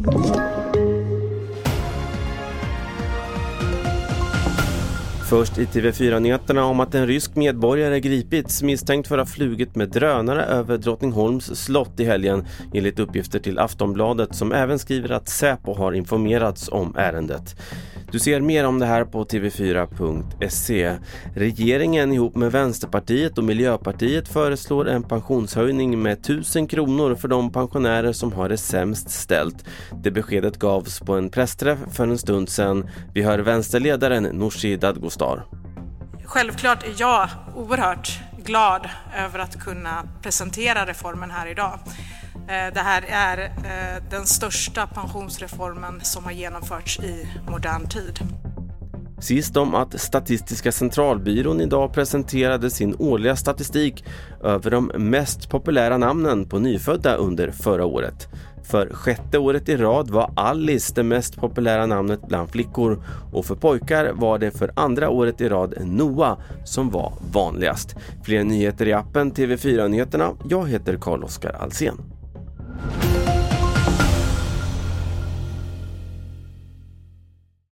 Först i TV4-nyheterna om att en rysk medborgare gripits misstänkt för att ha flugit med drönare över Drottningholms slott i helgen, enligt uppgifter till Aftonbladet, som även skriver att Säpo har informerats om ärendet. Du ser mer om det här på tv4.se. Regeringen ihop med Vänsterpartiet och Miljöpartiet föreslår en pensionshöjning med 1000 kronor för de pensionärer som har det sämst ställt. Det beskedet gavs på en pressträff för en stund sedan. Vi hör vänsterledaren Nooshi Dadgostar. Självklart är jag oerhört glad över att kunna presentera reformen här idag. Det här är den största pensionsreformen som har genomförts i modern tid. Sist om att Statistiska centralbyrån idag presenterade sin årliga statistik över de mest populära namnen på nyfödda under förra året. För 6:e året i rad var Alice det mest populära namnet bland flickor, och för pojkar var det för 2:a året i rad Noah som var vanligast. Fler nyheter i appen TV4 Nyheterna. Jag heter Carl-Oskar Alsen.